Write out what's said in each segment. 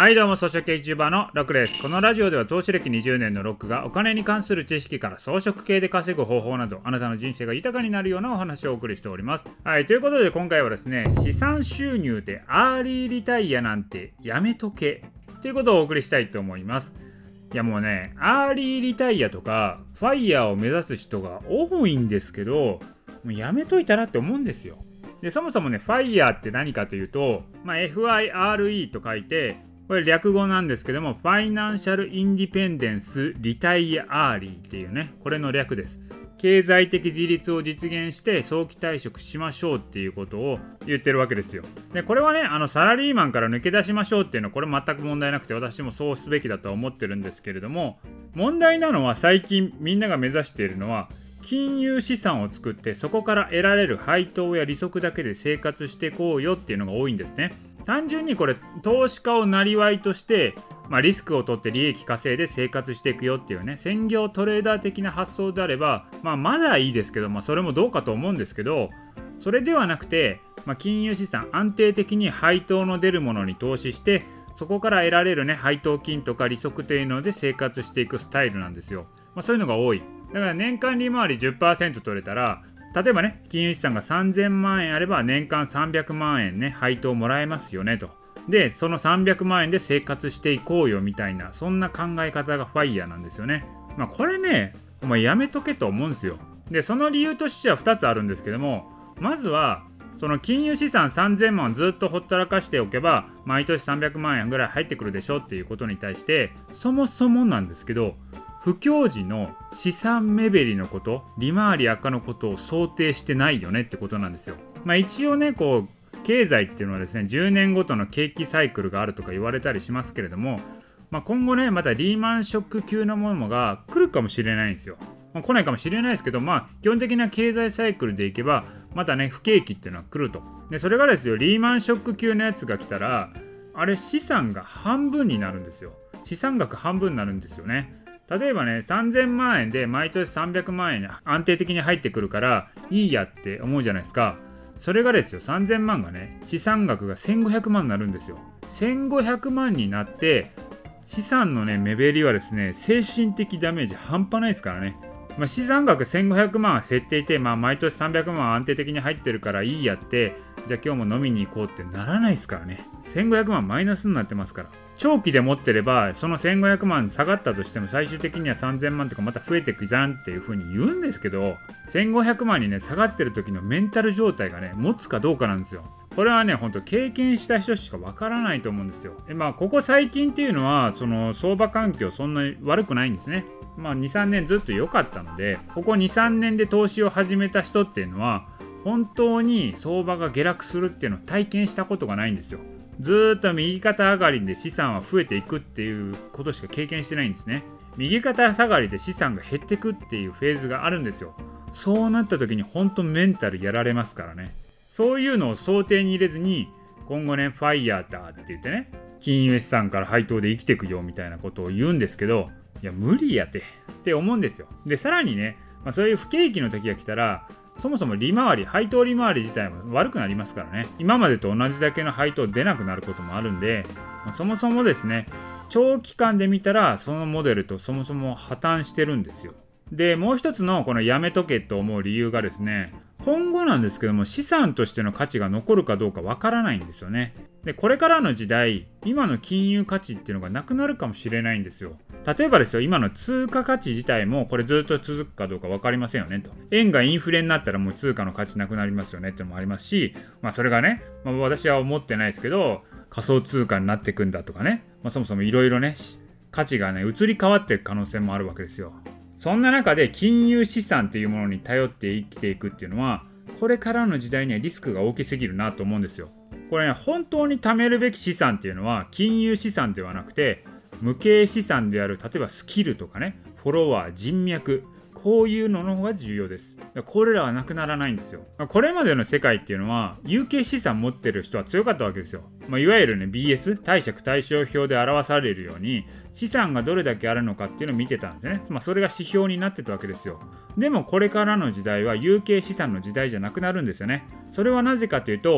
はいどうも、草食系 YouTuber のロックです。このラジオでは投資歴20年のロックがお金に関する知識から草食系で稼ぐ方法など、あなたの人生が豊かになるようなお話をお送りしております。はい、ということで今回はですね、資産収入でアーリーリタイアなんてやめとけということをお送りしたいと思います。いやもうね、アーリーリタイアとかファイヤーを目指す人が多いんですけど、もうやめといたらって思うんですよ。で、そもそもね、ファイヤーって何かというと、FIRE と書いて、これ略語なんですけども、ファイナンシャルインディペンデンスリタイアアーリーっていうね、これの略です。経済的自立を実現して早期退職しましょうっていうことを言ってるわけですよ。で、これはね、サラリーマンから抜け出しましょうっていうのはこれ全く問題なくて、私もそうすべきだとは思ってるんですけれども、問題なのは最近みんなが目指しているのは、金融資産を作ってそこから得られる配当や利息だけで生活していこうよっていうのが多いんですね。単純にこれ投資家をなりわいとして、リスクを取って利益稼いで生活していくよっていうね、専業トレーダー的な発想であれば、まだいいですけど、それもどうかと思うんですけど、それではなくて、金融資産安定的に配当の出るものに投資してそこから得られるね配当金とか利息というので生活していくスタイルなんですよ。そういうのが多い。だから年間利回り 10% 取れたら、例えばね、金融資産が3000万円あれば年間300万円ね配当もらえますよねと。でその300万円で生活していこうよみたいな、そんな考え方がファイヤーなんですよね。これね、お前やめとけと思うんですよ。でその理由としては2つあるんですけども、まずはその金融資産3000万をずっとほったらかしておけば毎年300万円ぐらい入ってくるでしょっていうことに対して、そもそもなんですけど、不況時の資産目減りのこと、利回り悪化のことを想定してないよねってことなんですよ。一応ね、経済っていうのはですね、10年ごとの景気サイクルがあるとか言われたりしますけれども、今後ね、またリーマンショック級のものが来るかもしれないんですよ。来ないかもしれないですけど、基本的な経済サイクルでいけばまたね、不景気っていうのは来ると。でそれがですよ、リーマンショック級のやつが来たら、あれ資産が半分になるんですよ。資産額半分になるんですよね。例えばね、3000万円で毎年300万円安定的に入ってくるからいいやって思うじゃないですか。それがですよ、3000万がね、資産額が1500万になるんですよ。1500万になって資産のね、目減りはですね、精神的ダメージ半端ないですからね。資産額1500万は減っていて、毎年300万安定的に入ってるからいいやって、じゃあ今日も飲みに行こうってならないですからね。1500万マイナスになってますから。長期で持ってればその1500万下がったとしても最終的には3000万とかまた増えていくじゃんっていう風に言うんですけど、1500万にね下がってる時のメンタル状態がね持つかどうかなんですよ。これはね、本当経験した人しかわからないと思うんですよ。でここ最近っていうのはその相場環境そんなに悪くないんですね。2、3年ずっと良かったので、ここ2、3年で投資を始めた人っていうのは本当に相場が下落するっていうのを体験したことがないんですよ。ずっと右肩上がりで資産は増えていくっていうことしか経験してないんですね。右肩下がりで資産が減っていくっていうフェーズがあるんですよ。そうなった時に本当メンタルやられますからね。そういうのを想定に入れずに、今後ね、ファイヤーだって言ってね、金融資産から配当で生きていくよみたいなことを言うんですけど、いや無理やって思うんですよ。でさらにね、そういう不景気の時が来たら、そもそも利回り、配当利回り自体も悪くなりますからね。今までと同じだけの配当出なくなることもあるんで、そもそもですね、長期間で見たらそのモデルとそもそも破綻してるんですよ。でもう一つのこのやめとけと思う理由がですね、今後なんですけども、資産としての価値が残るかどうかわからないんですよね。でこれからの時代、今の金融価値っていうのがなくなるかもしれないんですよ。例えばですよ、今の通貨価値自体もこれずっと続くかどうか分かりませんよねと。円がインフレになったらもう通貨の価値なくなりますよねっていうのもありますし、それがね、私は思ってないですけど仮想通貨になっていくんだとかね、そもそもいろいろね価値がね移り変わっていく可能性もあるわけですよ。そんな中で金融資産というものに頼って生きていくっていうのは、これからの時代にはリスクが大きすぎるなと思うんですよ。これね、本当に貯めるべき資産っていうのは金融資産ではなくて、無形資産である、例えばスキルとかね、フォロワー、人脈、こういうのの方が重要です。これらはなくならないんですよ。これまでの世界っていうのは有形資産持ってる人は強かったわけですよ。いわゆるね BS 貸借対照表で表されるように資産がどれだけあるのかっていうのを見てたんですね。それが指標になってたわけですよ。でもこれからの時代は有形資産の時代じゃなくなるんですよね。それはなぜかというと、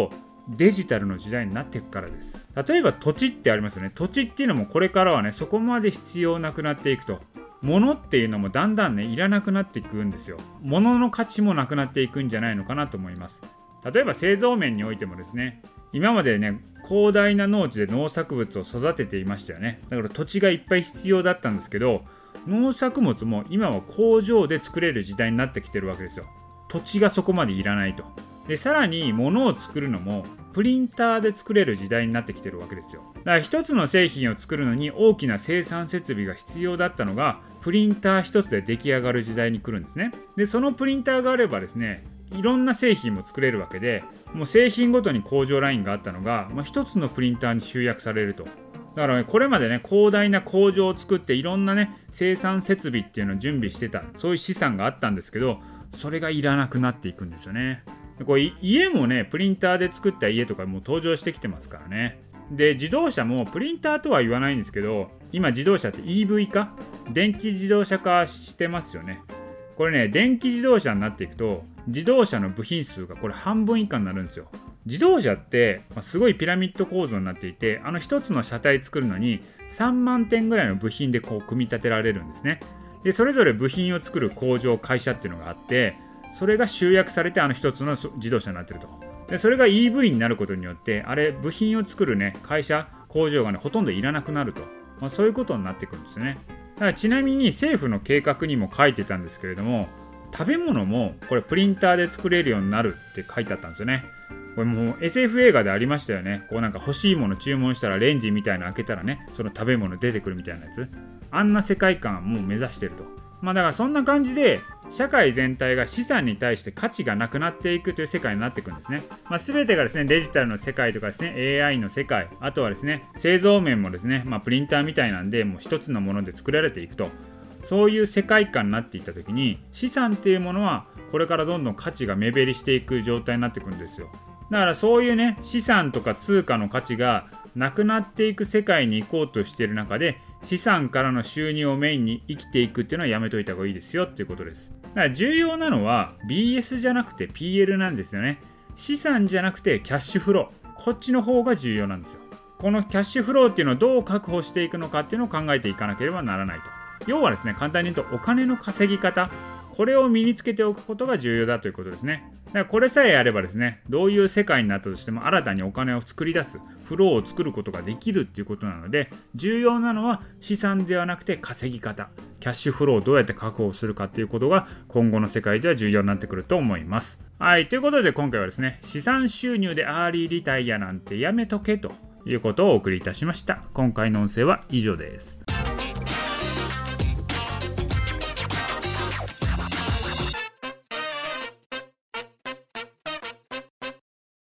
デジタルの時代になっていくからです。例えば土地ってありますよね。土地っていうのもこれからはね、そこまで必要なくなっていくと。物っていうのもだんだんね、いらなくなっていくんですよ。物の価値もなくなっていくんじゃないのかなと思います。例えば製造面においてもですね、今までね、広大な農地で農作物を育てていましたよね。だから土地がいっぱい必要だったんですけど、農作物も今は工場で作れる時代になってきてるわけですよ。土地がそこまでいらないと。で、さらに物を作るのもプリンターで作れる時代になってきてるわけですよ。だから一つの製品を作るのに大きな生産設備が必要だったのが、プリンター一つで出来上がる時代に来るんですね。で、そのプリンターがあればですね、いろんな製品も作れるわけで、もう製品ごとに工場ラインがあったのが、一つのプリンターに集約されると。だからね、これまでね、広大な工場を作っていろんなね、生産設備っていうのを準備してた、そういう資産があったんですけど、それがいらなくなっていくんですよね。でこれ家もね、プリンターで作った家とかもう登場してきてますからね。で、自動車もプリンターとは言わないんですけど、今自動車って EV 化、電気自動車化してますよね。これね、電気自動車になっていくと、自動車の部品数がこれ半分以下になるんですよ。自動車ってすごいピラミッド構造になっていて、一つの車体作るのに3万点ぐらいの部品でこう組み立てられるんですね。で、それぞれ部品を作る工場、会社っていうのがあって、それが集約されて一つの自動車になってると。で、それが EV になることによって、部品を作るね、会社、工場がね、ほとんどいらなくなると。そういうことになってくるんですよね。だからちなみに政府の計画にも書いてたんですけれども、食べ物もこれプリンターで作れるようになるって書いてあったんですよね。これもう SF 映画でありましたよね。こうなんか欲しいもの注文したらレンジみたいなの開けたらね、その食べ物出てくるみたいなやつ。あんな世界観もう目指してると。だからそんな感じで社会全体が資産に対して価値がなくなっていくという世界になっていくんですね。全てがですね、デジタルの世界とかですね、AI の世界、あとはですね、製造面もですね、プリンターみたいなんでもう一つのもので作られていくと。そういう世界観になっていった時に、資産っていうものはこれからどんどん価値が目減りしていく状態になっていくんですよ。だからそういうね、資産とか通貨の価値がなくなっていく世界に行こうとしている中で、資産からの収入をメインに生きていくっていうのはやめといた方がいいですよっていうことです。だから重要なのは BS じゃなくて PL なんですよね。資産じゃなくてキャッシュフロー、こっちの方が重要なんですよ。このキャッシュフローっていうのをどう確保していくのかっていうのを考えていかなければならないと。要はですね、簡単に言うとお金の稼ぎ方、これを身につけておくことが重要だということですね。だからこれさえあればですね、どういう世界になったとしても新たにお金を作り出すフローを作ることができるっていうことなので、重要なのは資産ではなくて稼ぎ方、キャッシュフローをどうやって確保するかっていうことが今後の世界では重要になってくると思います。はい、ということで今回はですね、資産収入でアーリーリタイアなんてやめとけということをお送りいたしました。今回の音声は以上です。